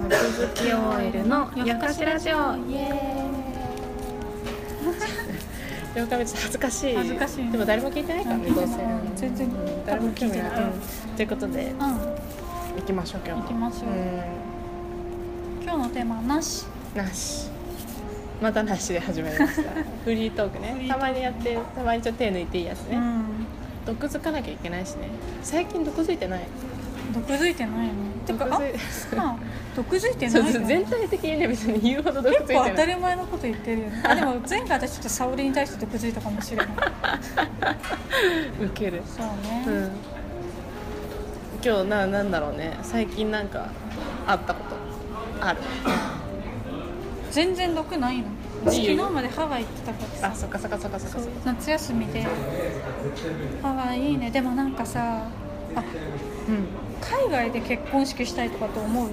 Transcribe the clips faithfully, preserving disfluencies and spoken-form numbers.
格付き オーエル の夜更かしラジオ。イエーイ了解。めっちゃ恥ずかしい。 恥ずかしい、ね、 でも誰も聞いてないからね、どうせ、うん、 全然誰も聞いてない、うん、ということで、うん、行きましょう。今日行きましょう、うん、今日のテーマはなしなしまたなしで始めましたフリートークね。たまにやって、たまにちょっと手抜いていいやつね、うん、毒づかなきゃいけないしね。最近毒づいてない。 毒づいてないのてか、あ、あ、毒づいてないの。 そうそう、全体的にね、別に言うほど毒づいてない。 結構当たり前のこと言ってるよね。あ、でも前回私ちょっと沙織に対して毒づいたかもしれないウケる。 そうね、うん、 今日な、なんだろうね、最近なんかあったことある？ 全然毒ないの。昨日までハワイ行ってたからさ。 あ、そっかそっかそっかそっか。 夏休みでハワイいいね。でもなんかさ、あ、うん、海外で結婚式したいとかと思う？う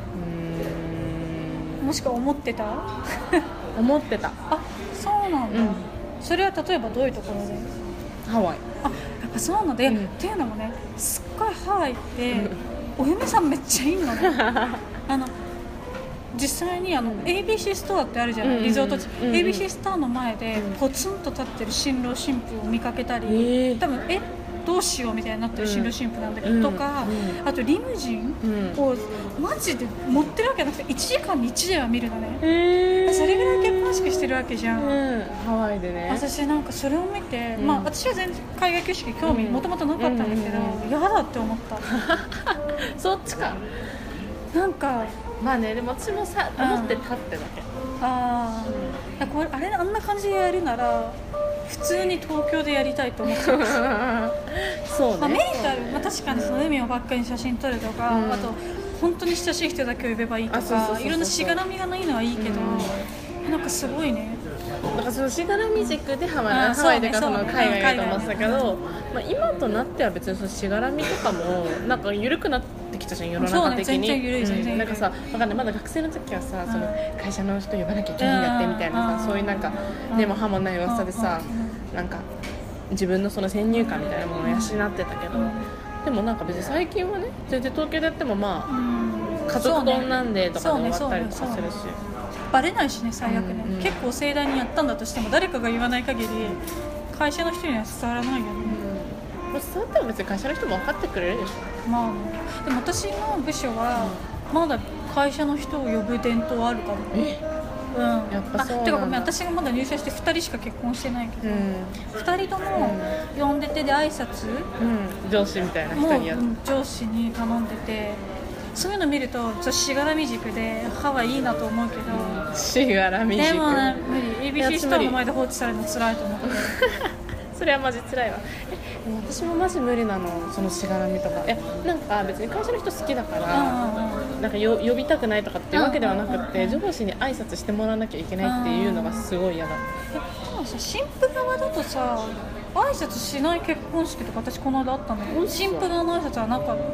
ーん、もしくは思ってた？ 思ってた。 あ、そうなんだ、うん、それは例えばどういうところで？ ハワイ。あ、 やっぱそうなんだ、うん、っていうのもね、すっごいハワイって、うん、お嫁さんめっちゃいいのねあの実際にあの エービーシー ストアってあるじゃない、うん、リゾート地、うん、エービーシー ストアの前でポツンと立ってる新郎新婦を見かけたり、うん、多分えどうしようみたいになってる新郎新婦なんだけど、うん、とか、うん、あとリムジンをマジで持ってるわけなくていちじかんにいちだいは見るのね、えー、それぐらい結婚式してるわけじゃん、うん、 ハワイでね。 私なんかそれを見て、うん、まあ私は全然海外結婚式興味もともとなかったんだけど、嫌、うんうん、だって思ったそっちか。 なんかまあね、でも私もさ、思ってたってだけ。 あ、うん、これあれあんな感じでやるなら普通に東京でやりたいと思ってそうね、まあ、メリットある、まあ、確かにその海をばっかりに写真撮るとか、うん、あと本当に親しい人だけを呼べばいいとか、いろんなしがらみがないのはいいけど、うん、なんかすごいね。 なんかそのしがらみ軸でハワイ、うん、ハワイでかその海外だと思ってたけど、まあ、今となっては別にそのしがらみとかもなんか緩くなってきたじゃん、世の中的に。そうね、全然緩い、全然緩い、うん、なんかさ、わかんない、まだ学生の時はさ、うん、その会社の人呼ばなきゃいけないんだってみたいなさ、そういうなんかでも歯もない噂でさ、なんか自分のその先入観みたいなものを養ってたけど、うん、でもなんか別に最近はね、全然東京でやってもまあ、うん、家族丼なんでとかで終わったりとかするし、 バレないしね、最悪ね、うんうん、結構盛大にやったんだとしても誰かが言わない限り会社の人には伝わらないよね、 うん、伝わっても別に会社の人も分かってくれるでしょ。 まあね、でも私の部署はまだ会社の人を呼ぶ伝統あるかも。え、うん、やっぱそうなんだ。あ、てかごめん、私がまだ入社してふたりしか結婚してないけど、うん、ふたりとも呼んでて、で挨拶、 うん、上司みたいな人にやっ、 うん、上司に頼んでて、そういうの見るとちょっとしがらみ軸でハワイいいなと思うけど、 うん、しがらみ軸でもね、無理。 エービーシー ストアの前で放置されるの辛いと思ってそれはマジ辛いわ。え、私もマジ無理なの、そのしがらみとか。いや、なんか別に会社の人好きだから、なんかよ呼びたくないとかっていうわけではなくて、上司に挨拶してもらわなきゃいけないっていうのがすごい嫌だ。 え、でもさ、新婦側だとさ、挨拶しない結婚式とか私この間あったんだけど、新婦側の挨拶はなかった。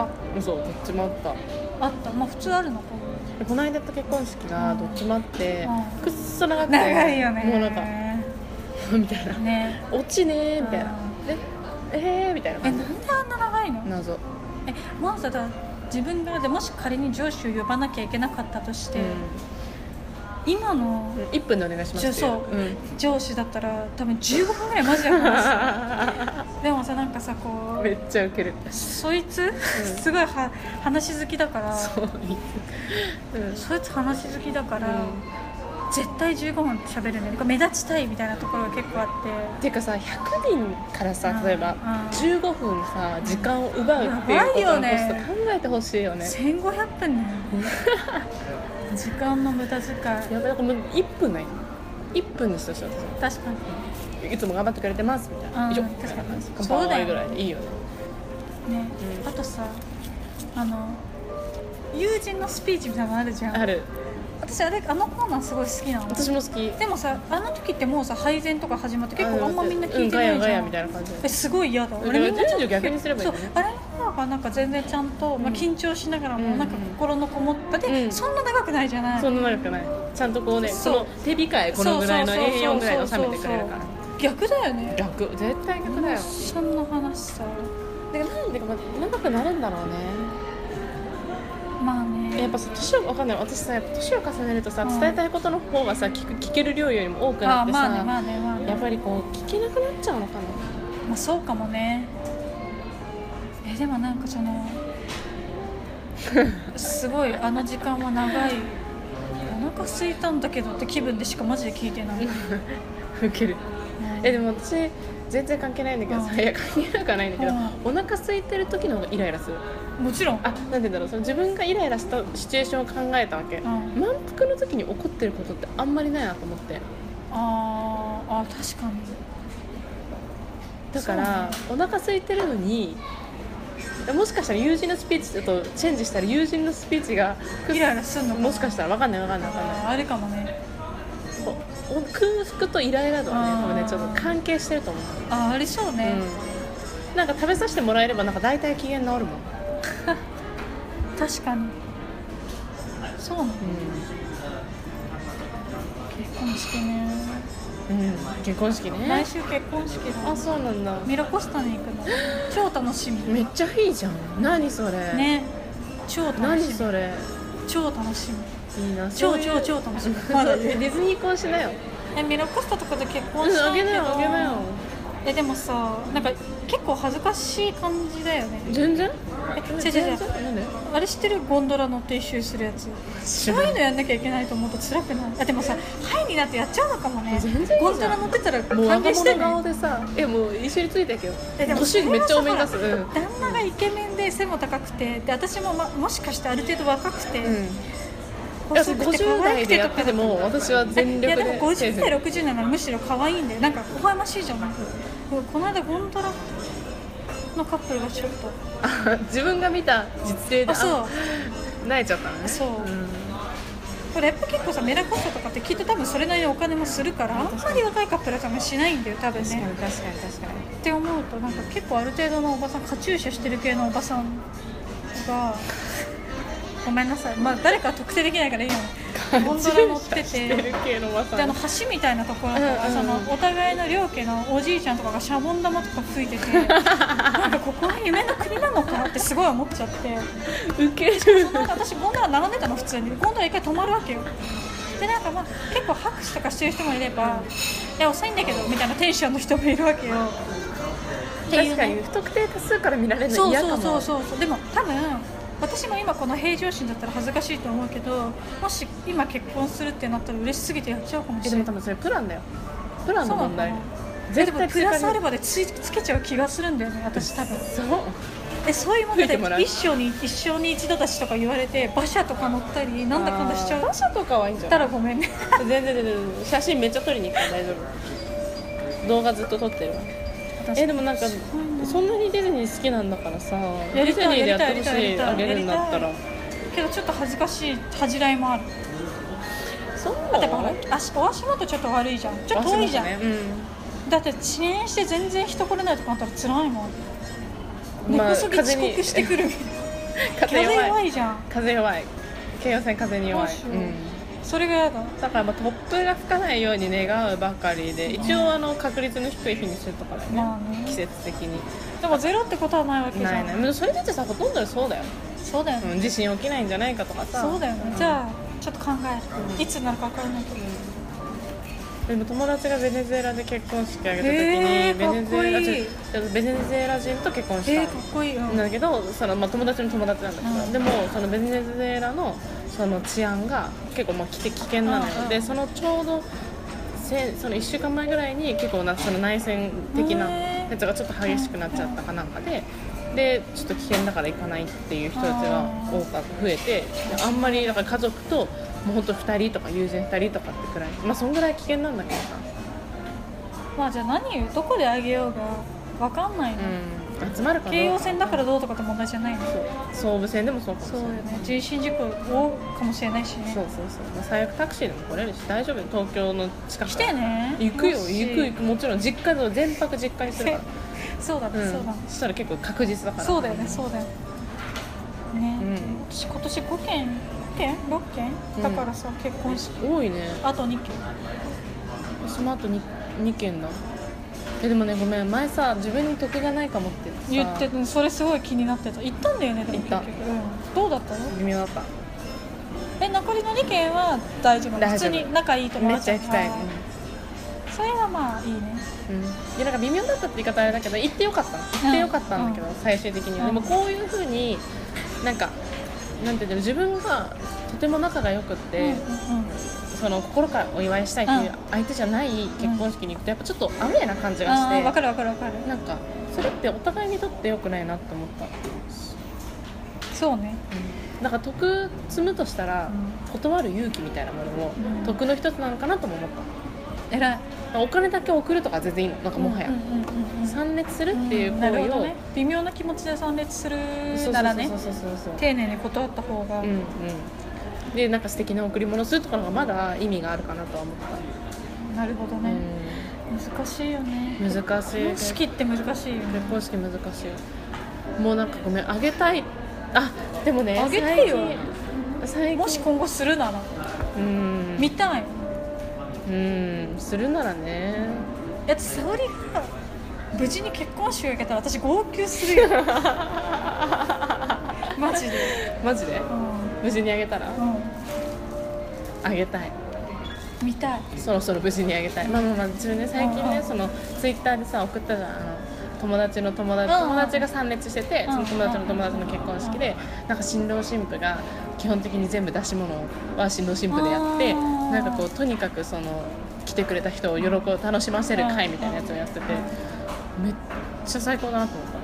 嘘、どっちもあった。 あった、まあ普通あるのかな。 この間やった結婚式がどっちもあって、うん、くっそ長くて、 長いよね、 もうなんかみたいな、ね、落ちねーみたいな、で、えーみたいな感じ。 え、なんであんな長いの？ 謎。 え、まずだ自分がでもし仮に上司を呼ばなきゃいけなかったとして、うん、今のいっぷんでお願いしますっていう、 そう、うん、上司だったら多分じゅうごふんぐらいマジで話すでもさ、なんかさ、こうめっちゃウケる、 そいつ、うん、すごいは話好きだから、 そいつ、 うん、そいつ話好きだから、うん、絶対じゅうごふん喋るね。目立ちたいみたいなところが結構あって。 ていうかさ、ひゃくにんからさ、例えばじゅうごふんさ、時間を奪うっていうことのコスト考えてほしいよね。 せんごひゃっぷんね時間の無駄遣い。 やばい、なんかもういっぷんないいっぷんにしてほしい。 確かにいつも頑張ってくれてますみたいな、以上、確かにそうだよぐらいでいいよね。 ね、うん、あとさ、あの友人のスピーチみたいなのあるじゃん。 ある。 私あれ、あのコーナーすごい好きなの。 私も好き。 でもさ、あの時ってもうさ、配膳とか始まって結構あんまみんな聞いてないじゃん、うん、ガヤガヤみたいな感じで。え、すごい嫌だ。 あれみんなちゃんと逆にすればいいね。 そう、あれの方がなんか全然ちゃんと、まあ、緊張しながらもなんか心のこもったで、うん、そんな長くないじゃない。 そんな長くない。ちゃんとこうね、その手控えこのぐらいの エーよん ぐらいで収めてくれるから。 逆だよね。 逆、絶対逆だよ。 そんな話さ。 でなんでか長くなるんだろうね。 まあね、 やっぱさ年を分かんない私さやっぱ年を重ねるとさ、 うん、 伝えたいことの方がさ 聞, く聞ける量よりも多くなってさ、 あまあねまあねまあね、 やっぱりこう聞けなくなっちゃうのかな。 まあそうかもね。えでもなんかそのすごいあの時間は長い、お腹空いたんだけどって気分でしかマジで聞いてないウケる、 うん、 えでも私全然関係ないんだけどさ、うん、いや関係なくはないんだけど、うん、お腹空いてる時の方がイライラする。 もちろん。 あ、なんでだろう、その自分がイライラしたシチュエーションを考えたわけ、うん、満腹の時に起こってることってあんまりないなと思って。 あーあ、確かに。 だから、ね、お腹空いてるのにもしかしたら友人のスピーチとチェンジしたら友人のスピーチがイライラするのかな。 もしかしたら分かんない分かんない分かんない。 あ, あれかもね。 空腹とイライラ度はね多分ねちょっと関係してると思う。 あありそうね、 うん、なんか食べさせてもらえればなんか大体機嫌治るもん確かにそうなの、うん、結婚式ね、 うん、結婚式ね。 来週結婚式だ。 あ、そうなんだ。 ミラコスタに行くの超楽しみ。 めっちゃいいじゃん。何それね、超楽しみ。 何それ超楽しみ。 いいな。 超超超楽しみまだディズニー婚しなよ。 えミラコスタとかで結婚したいけど、うん、あげなよあげなよ。えでもさ、なんか結構恥ずかしい感じだよね。 全然え違う違う違う、あれ知ってる？ゴンドラ乗って一周するやつ。そういうのやんなきゃいけないと思うと辛くない？あでもさ、ハイになってやっちゃうのかもね。 全然いい。 ゴンドラ乗ってたら歓迎してね。もう若者顔でさ、えもう一緒についていけよ。えでも年めっちゃ多めに出す、うん、 旦那がイケメンで背も高くて、で私も、ま、もしかしてある程度若くて、うん、 いやごじゅう代でやってても私は全力で。 いやでもごじゅう代ろくじゅう代ならむしろ可愛いんだよ。なんか微笑ましいじゃない。この間ゴンドラのカップルがちょっと自分が見た実例であそう泣いちゃったのね。 そう、うん、これやっぱ結構さメラコスタとかってきっと多分それなりにお金もするから、あんまり若いカップルは多分しないんだよ多分ね。 確かに確かに確かにって思うとなんか結構ある程度のおばさん、カチューシャしてる系のおばさんがごめんなさい、まあ誰かは特定できないからいいの。ゴンドラ乗ってて、であの橋みたいなところとか、うんうん、そのお互いの両家のおじいちゃんとかがシャボン玉とか吹いててなんかここは夢の国なのかってすごい思っちゃって。 ウケる。 その私ゴンドラ並んでたの普通に。ゴンドラ一回止まるわけよ。でなんかまあ結構拍手とかしてる人もいれば、いや遅いんだけどみたいなテンションの人もいるわけよ。 確かに不特定多数から見られるの嫌かも。 そうそうそうそう。でも多分私も今この平常心だったら恥ずかしいと思うけど、もし今結婚するってなったら嬉しすぎてやっちゃうかもしれない。 でも多分それプランだよ。プランの問題。 絶対プラスアルファで つ, つけちゃう気がするんだよね私多分。 そうえそういうもので一生に一生に一度だしとか言われて馬車とか乗ったりなんだかんだしちゃう。 馬車とかはいいんじゃない？ たらごめんね全然全然写真めっちゃ撮りに行くから大丈夫。動画ずっと撮ってるわ。えでもなんかそんなにディズニー好きなんだからさ、ディズニーでやってほしいあげるんだったら。 けどちょっと恥ずかしい恥じらいもある。 そうだってほら足お足元ちょっと悪いじゃん。ちょっと遠いじゃん、ねうん、だって遅延して全然人来れないとかあったら辛いもん。根こそぎ遅刻してくる風弱いじゃん。 風弱い。京葉線風に弱い。 それがやだ。 だからまあ突風が吹かないように願うばかりで、一応あの確率の低い日にするとかだよね、まあ、ね季節的に。 でもゼロってことはないわけじゃん。 ないない。それだってさほとんどでそうだよ。 そうだよね、 うん、地震起きないんじゃないかとかさ。 そうだよね、うん、じゃあちょっと考える、うん、いつになるか分からないけど、 うん、でも友達がベネズエラで結婚式あげた時に、 えー、 ベネズエラいいベネズエラ人と結婚した、 えー、かっこいい、うん、 だけどその、まあ、友達の友達なんだけど、うん、でもそのベネズエラのその治安が結構まあ危険なのよ、うんうん、でそのちょうどせそのいっしゅうかんまえぐらいに結構なその内戦的なやつがちょっと激しくなっちゃったかなんかで、でちょっと危険だから行かないっていう人たちが多か増えて、あんまりだから家族ともうほんとふたりとか友人ふたりとかってくらい、まあそんぐらい危険なんだけどさ。 まあじゃあ何どこであげようが分かんないの、 うん、集まるかどうか。 京葉線だからどうとかって問題じゃないの。 そう総武線でもそうかもしれない。 そうよね、人身事故多かもしれないしね。 そうそうそう、まあ、最悪タクシーでも来れるし大丈夫。東京の近く来てね。 行くよ行く行く、もちろん実家の全泊実家にするからそうだね、うん、そうだね。 そしたら結構確実だから。 そうだよねそうだよね、うん、私今年ごけんごけんろっけんだからさ、うん、結婚式多いね。 あとにけん。 私もあと 2, 2件だ。えでもねごめん、前さ自分に得がないかもってさ言ってて、それすごい気になってた。行ったんだよね。でも結局、うん、どうだったの？ 微妙だった。 え、残りのにけんは大丈夫なの？普通に仲いい友達？ めっちゃ行きたい、うん、 それはまあいいね、 うん、いやなんか微妙だったって言い方あれだけど行ってよかった行ってよかったんだけど、うん、最終的には、うん、でもこういう風になんかなんていうの自分がとても仲が良くって、うんうんうん、その心からお祝いしたいっていう相手じゃない結婚式に行くとやっぱちょっとアウェーな感じがして、 わかるわかるわかる。 なんかそれってお互いにとって良くないなって思った。 そうね、 うん、なんか得積むとしたら、うん、断る勇気みたいなものも、うん、得の一つなのかなとも思った。 偉い。 お金だけ送るとか全然いいの。なんかもはや、うんうんうんうん、参列するっていう行為を、うん、なるほどね、 微妙な気持ちで参列するならね、丁寧に断った方が、うんうん、 でなんか素敵な贈り物するとかのがまだ意味があるかなとは思った。 なるほどね、うん、難しいよね。 難しい。結婚式って難しいよね。 結婚式難しい。もうなんかごめんあげたい。あでもねあげてよ。 最近もし今後するなら、うん、見たい。 うんするならね。 だって沙織が無事に結婚式を受けたら私号泣するよマジでマジで、うん、無事にあげたら、うん、あげたい。 見たい。 そろそろ無事にあげたい。まあまあまあ自分ね最近ね、うん、そのツイッターでさ送ったじゃん。あの友達の友達、友達が参列してて、その友達の友達の結婚式でなんか新郎新婦が基本的に全部出し物は新郎新婦でやって、なんかこうとにかくその来てくれた人を喜ぶ楽しませる会みたいなやつをやっててめっちゃ最高だなと思った。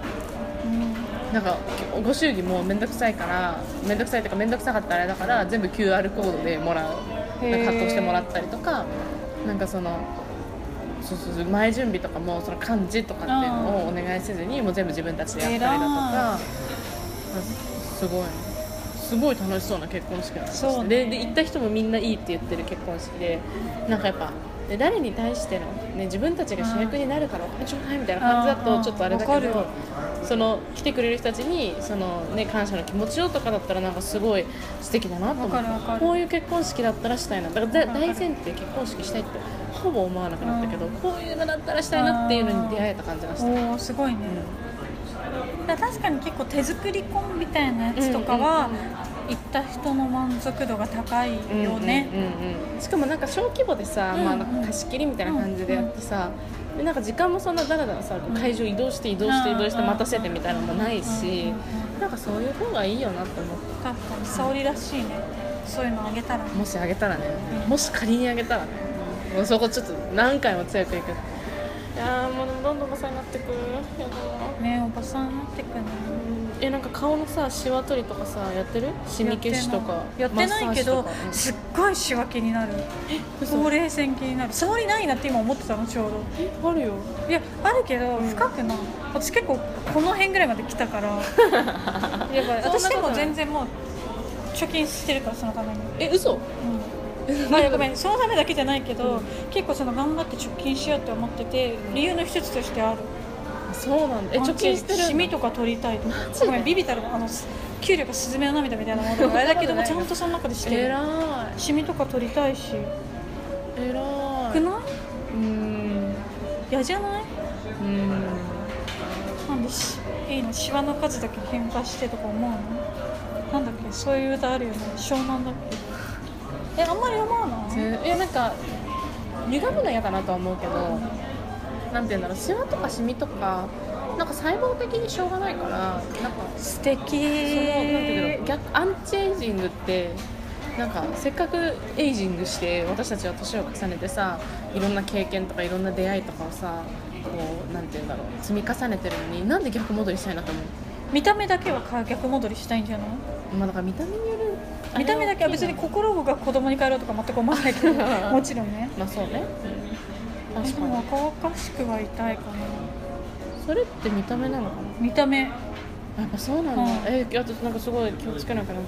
なんかご祝儀もめんどくさいからめんどくさいとかめんどくさかったらあれだから全部 キューアール コードでもらう、なんか発行してもらったりとか、なんかそのそうそうそう前準備とかもその漢字とかっていうのをお願いせずにもう全部自分たちでやったりだとか、すごいすごい楽しそうな結婚式だった、ね、で, で行った人もみんないいって言ってる結婚式で、なんかやっぱで誰に対しての、ね、自分たちが主役になるからお金ちょうだいみたいな感じだとちょっとあれだけど、その来てくれる人たちにその、ね、感謝の気持ちをとかだったらなんかすごい素敵だなと思って、こういう結婚式だったらしたいな。だから大前提結婚式したいってほぼ思わなくなったけど、こういうのだったらしたいなっていうのに出会えた感じがした。 おーすごいね、うん、だ確かに結構手作り婚みたいなやつとかは、うんうんうん、行った人の満足度が高いよね、うんうんうん、 しかもなんか小規模でさ、うんうん、まあ、なんか貸し切りみたいな感じでやってさ、うんうん、でなんか時間もそんなだらだらさ、うん、会場移動して移動して移動して待たせてみたいなのもないし、なんかそういう方がいいよなって思って。 確かに沙織らしいね、そういうのあげたら、ね、 もしあげたらね、うん、もし仮にあげたらね、もうそこちょっと何回も強くいく。いやーもうどんどんおばさんになってく。やだね、おばさんになってくね。 えなんか顔のさシワ取りとかさやってる？シミ消しとかやってないけど、うん、すっごいシワ気になる。ほうれい線気になる。沙織ないなって今思ってたのちょうど。 えあるよ。 いやあるけど、うん、深くない。私結構この辺ぐらいまで来たからやばい。私でも全然もう貯金してるからそのために。 え嘘？うんまあ、ごめんそのためだけじゃないけど、うん、結構その頑張って貯金しようって思ってて理由の一つとしてある。 そうなんだ。え貯金してるんだ。 シミとか取りたいとか。ごめんビビたるあの給料がスズメの涙みたいなものがあれだけどもちゃんとその中でしてる。 えらい。 シミとか取りたいし。 えらい。 くない？ うーん嫌じゃない？ うーんなんでしいいのシワの数だけ変化してとか思うの？なんだっけそういう歌あるよね。湘南だっけ。えあんまり思わない？ いやなんか歪むの嫌だなとは思うけど、なんていうんだろうシワとかシミとかなんか細胞的にしょうがないからなんか素敵。そのなんていうの逆アンチエイジングってなんかせっかくエイジングして私たちは年を重ねてさいろんな経験とかいろんな出会いとかをさこうなんていうんだろう積み重ねてるのになんで逆戻りしたいなと思う。 見た目だけは逆戻りしたいんじゃない？ まあだから見た目による見た目だけは別に心が子供に帰ろうとか全く思わないけどもちろんね。 まあそうね、 うん、確かに若々しくはいたいかな。 それって見た目なのかな？ 見た目やっぱそうなんだ、うん、えあとなんかすごい気をつけなきゃなと思った。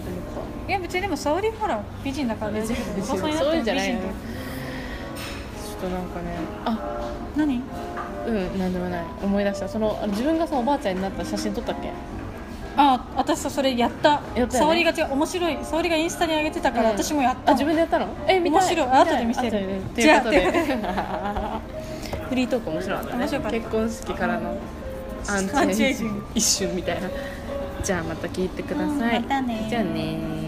いや別にでも沙織ほら美人だからね。 別にそういうんじゃないよ。ちょっとなんかねあ何？ うんなんでもない思い出した。その自分がさおばあちゃんになった写真撮ったっけ？ あ私さそれやった沙織、ね、が違う面白い沙織がインスタに上げてたから、うん、私もやった。 あ自分でやったの？え見たい。 面白い後で見せる。 ということでフリートーク面白かったね。面白かった。結婚式からのアンチエイジング一瞬みたいな。じゃあまた聞いてください、 うん、またねじゃあね。